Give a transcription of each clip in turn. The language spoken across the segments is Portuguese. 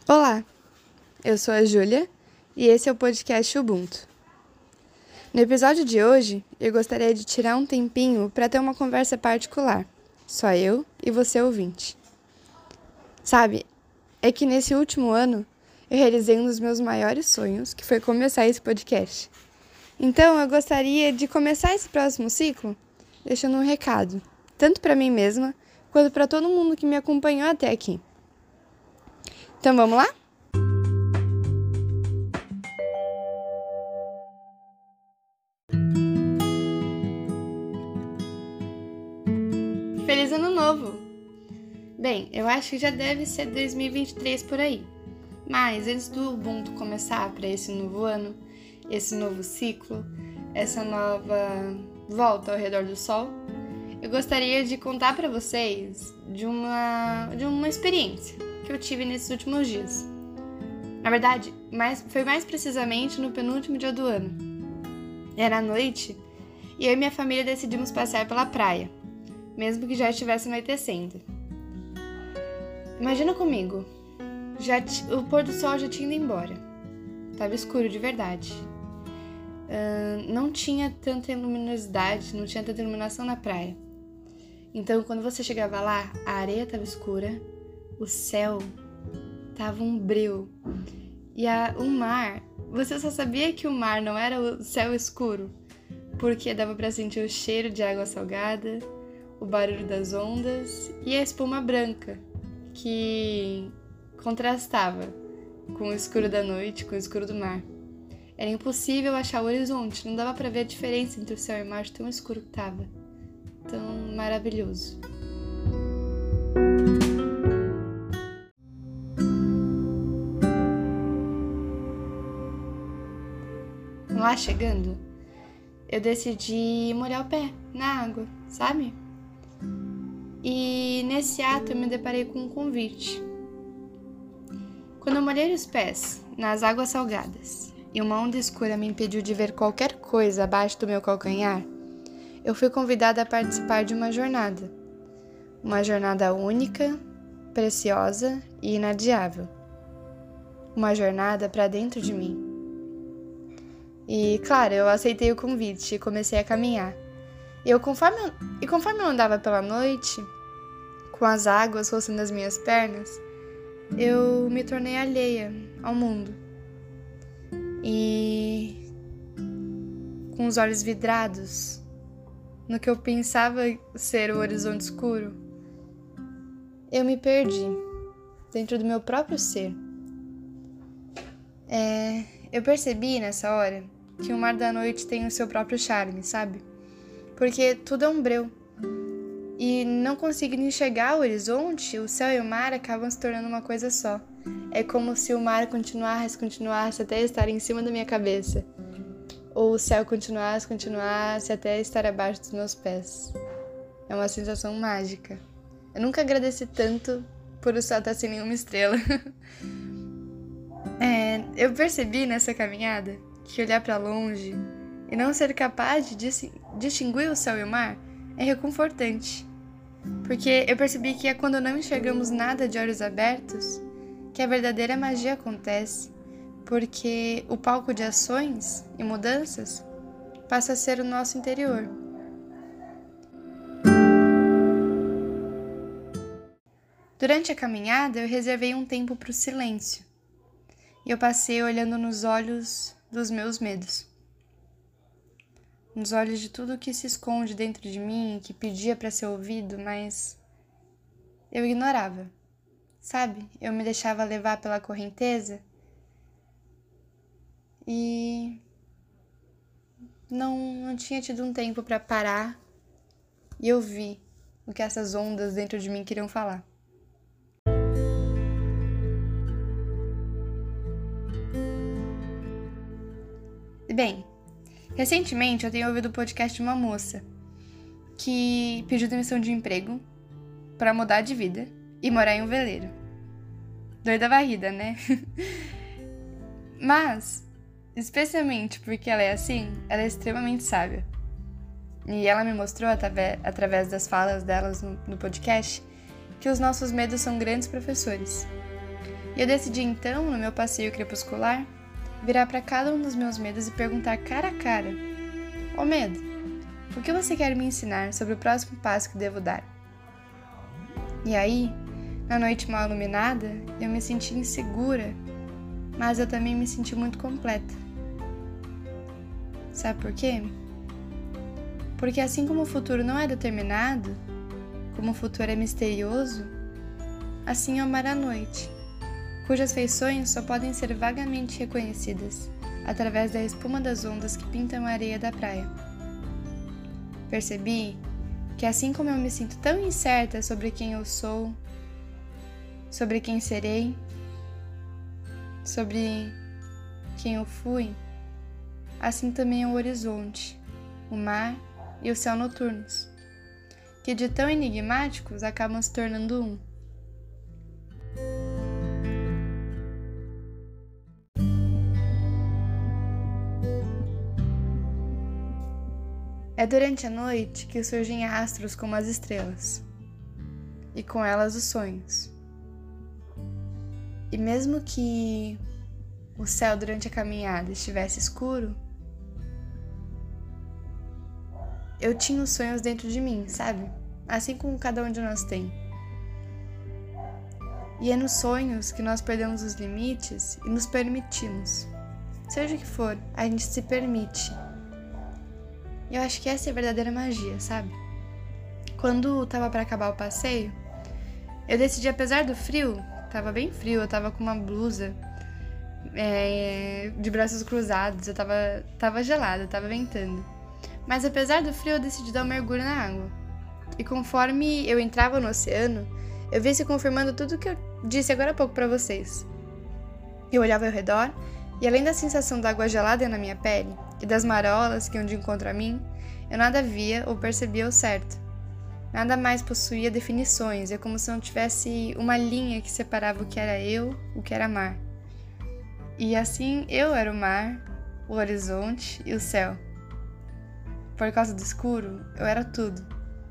Olá, eu sou a Júlia e esse é o podcast Ubuntu. No episódio de hoje, eu gostaria de tirar um tempinho para ter uma conversa particular, só eu e você ouvinte. Sabe, é que nesse último ano eu realizei um dos meus maiores sonhos, que foi começar esse podcast. Então eu gostaria de começar esse próximo ciclo deixando um recado, tanto para mim mesma quanto para todo mundo que me acompanhou até aqui. Então vamos lá? Feliz Ano Novo! Bem, eu acho que já deve ser 2023 por aí. Mas antes do Ubuntu começar para esse novo ano, esse novo ciclo, essa nova volta ao redor do sol, eu gostaria de contar para vocês de uma experiência que eu tive nesses últimos dias. Na verdade, foi mais precisamente no penúltimo dia do ano. Era à noite e eu e minha família decidimos passear pela praia, mesmo que já estivesse anoitecendo. Imagina comigo, o pôr do sol já tinha ido embora. Tava escuro de verdade. Não tinha tanta luminosidade, não tinha tanta iluminação na praia. Então, quando você chegava lá, a areia tava escura, o céu tava um breu. E o mar, você só sabia que o mar não era o céu escuro, porque dava pra sentir o cheiro de água salgada, o barulho das ondas e a espuma branca, que contrastava com o escuro da noite, com o escuro do mar. Era impossível achar o horizonte, não dava pra ver a diferença entre o céu e o mar, tão escuro que tava, tão maravilhoso. Lá chegando, eu decidi molhar o pé na água, sabe? E nesse ato eu me deparei com um convite. Quando eu molhei os pés nas águas salgadas e uma onda escura me impediu de ver qualquer coisa abaixo do meu calcanhar, eu fui convidada a participar de uma jornada. Uma jornada única, preciosa e inadiável. Uma jornada para dentro de mim. E, claro, eu aceitei o convite e comecei a caminhar. E conforme eu andava pela noite, com as águas roçando as minhas pernas, eu me tornei alheia ao mundo. E com os olhos vidrados no que eu pensava ser o horizonte escuro, eu me perdi dentro do meu próprio ser. Eu percebi nessa hora que o mar da noite tem o seu próprio charme, sabe? Porque tudo é um breu. E não conseguindo enxergar o horizonte, o céu e o mar acabam se tornando uma coisa só. É como se o mar continuasse até estar em cima da minha cabeça. Ou o céu continuasse até estar abaixo dos meus pés. É uma sensação mágica. Eu nunca agradeci tanto por o céu estar sem nenhuma estrela. Eu percebi nessa caminhada que olhar para longe e não ser capaz de distinguir o céu e o mar é reconfortante. Porque eu percebi que é quando não enxergamos nada de olhos abertos que a verdadeira magia acontece, porque o palco de ações e mudanças passa a ser o nosso interior. Durante a caminhada, eu reservei um tempo para o silêncio. E eu passei olhando nos olhos dos meus medos. Nos olhos de tudo que se esconde dentro de mim, que pedia para ser ouvido, mas eu ignorava. Sabe? Eu me deixava levar pela correnteza e não tinha tido um tempo para parar e ouvir o que essas ondas dentro de mim queriam falar. Bem, recentemente eu tenho ouvido o podcast de uma moça que pediu demissão de emprego para mudar de vida e morar em um veleiro. Doida varrida, né? Mas, especialmente porque ela é assim, ela é extremamente sábia. E ela me mostrou, através das falas delas no podcast, que os nossos medos são grandes professores. E eu decidi então, no meu passeio crepuscular, virar para cada um dos meus medos e perguntar cara a cara: Ô medo, o que você quer me ensinar sobre o próximo passo que devo dar? E aí, na noite mal iluminada, eu me senti insegura, mas eu também me senti muito completa. Sabe por quê? Porque assim como o futuro não é determinado, como o futuro é misterioso, assim é o mar à noite, cujas feições só podem ser vagamente reconhecidas através da espuma das ondas que pintam a areia da praia. Percebi que assim como eu me sinto tão incerta sobre quem eu sou, sobre quem serei, sobre quem eu fui, assim também é o horizonte, o mar e o céu noturnos, que de tão enigmáticos acabam se tornando um. É durante a noite que surgem astros como as estrelas, e com elas os sonhos. E mesmo que o céu durante a caminhada estivesse escuro, eu tinha os sonhos dentro de mim, sabe? Assim como cada um de nós tem. E é nos sonhos que nós perdemos os limites e nos permitimos. Seja o que for, a gente se permite. E eu acho que essa é a verdadeira magia, sabe? Quando tava pra acabar o passeio, eu decidi, apesar do frio, tava bem frio, eu tava com uma blusa de braços cruzados, eu tava gelada, tava ventando. Mas apesar do frio, eu decidi dar um mergulho na água. E conforme eu entrava no oceano, eu vi se confirmando tudo que eu disse agora há pouco pra vocês. Eu olhava ao redor, e além da sensação da água gelada na minha pele e das marolas que iam de encontro a mim, eu nada via ou percebia ao certo. Nada mais possuía definições, é como se não tivesse uma linha que separava o que era eu, o que era mar. E assim, eu era o mar, o horizonte e o céu. Por causa do escuro, eu era tudo.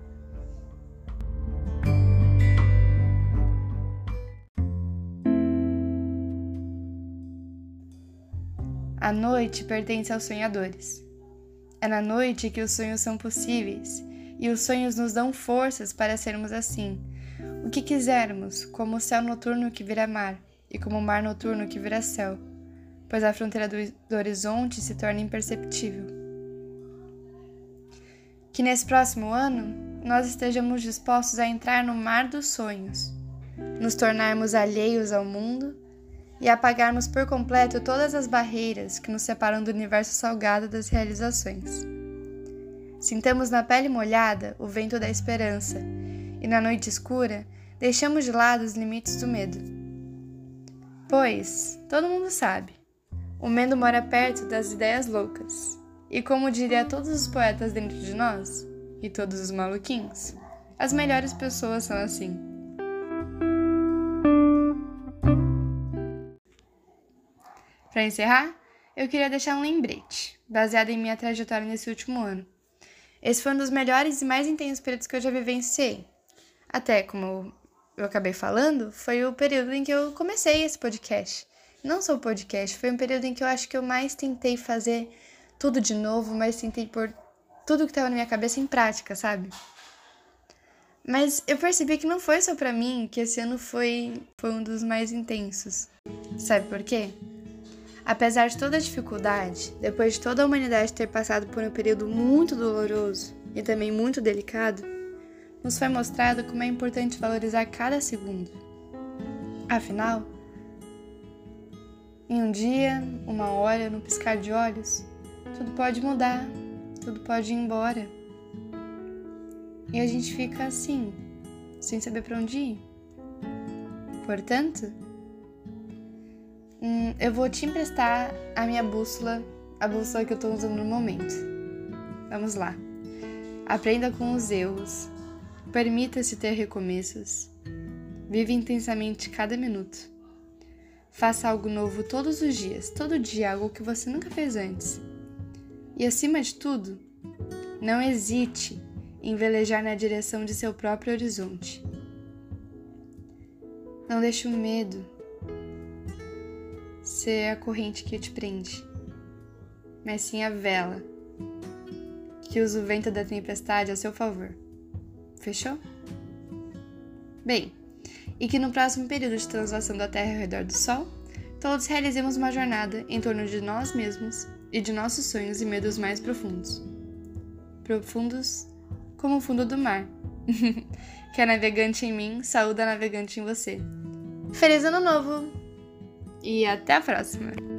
A noite pertence aos sonhadores. É na noite que os sonhos são possíveis, e os sonhos nos dão forças para sermos assim, o que quisermos, como o céu noturno que vira mar, e como o mar noturno que vira céu, pois a fronteira do horizonte se torna imperceptível. Que nesse próximo ano, nós estejamos dispostos a entrar no mar dos sonhos, nos tornarmos alheios ao mundo e apagarmos por completo todas as barreiras que nos separam do universo salgado das realizações. Sintamos na pele molhada o vento da esperança e na noite escura deixamos de lado os limites do medo. Pois, todo mundo sabe, o medo mora perto das ideias loucas. E como diria todos os poetas dentro de nós, e todos os maluquinhos, as melhores pessoas são assim. Para encerrar, eu queria deixar um lembrete, baseado em minha trajetória nesse último ano. Esse foi um dos melhores e mais intensos períodos que eu já vivenciei. Até, como eu acabei falando, foi o período em que eu comecei esse podcast. Não só o podcast, foi um período em que eu acho que eu mais tentei fazer tudo de novo, mas tentei pôr tudo que estava na minha cabeça em prática, sabe? Mas eu percebi que não foi só pra mim que esse ano foi um dos mais intensos. Sabe por quê? Apesar de toda a dificuldade, depois de toda a humanidade ter passado por um período muito doloroso e também muito delicado, nos foi mostrado como é importante valorizar cada segundo. Afinal, em um dia, uma hora, num piscar de olhos, tudo pode mudar, tudo pode ir embora. E a gente fica assim, sem saber pra onde ir. Portanto, eu vou te emprestar a minha bússola, a bússola que eu tô usando no momento. Vamos lá. Aprenda com os erros. Permita-se ter recomeços. Vive intensamente cada minuto. Faça algo novo todos os dias, todo dia algo que você nunca fez antes. E acima de tudo, não hesite em velejar na direção de seu próprio horizonte. Não deixe o medo, ser a corrente que te prende, mas sim a vela que usa o vento da tempestade a seu favor. Fechou? Bem, e que no próximo período de translação da Terra ao redor do Sol, todos realizemos uma jornada em torno de nós mesmos e de nossos sonhos e medos mais profundos. Profundos como o fundo do mar. Que a navegante em mim saúda a navegante em você. Feliz Ano Novo! E até a próxima!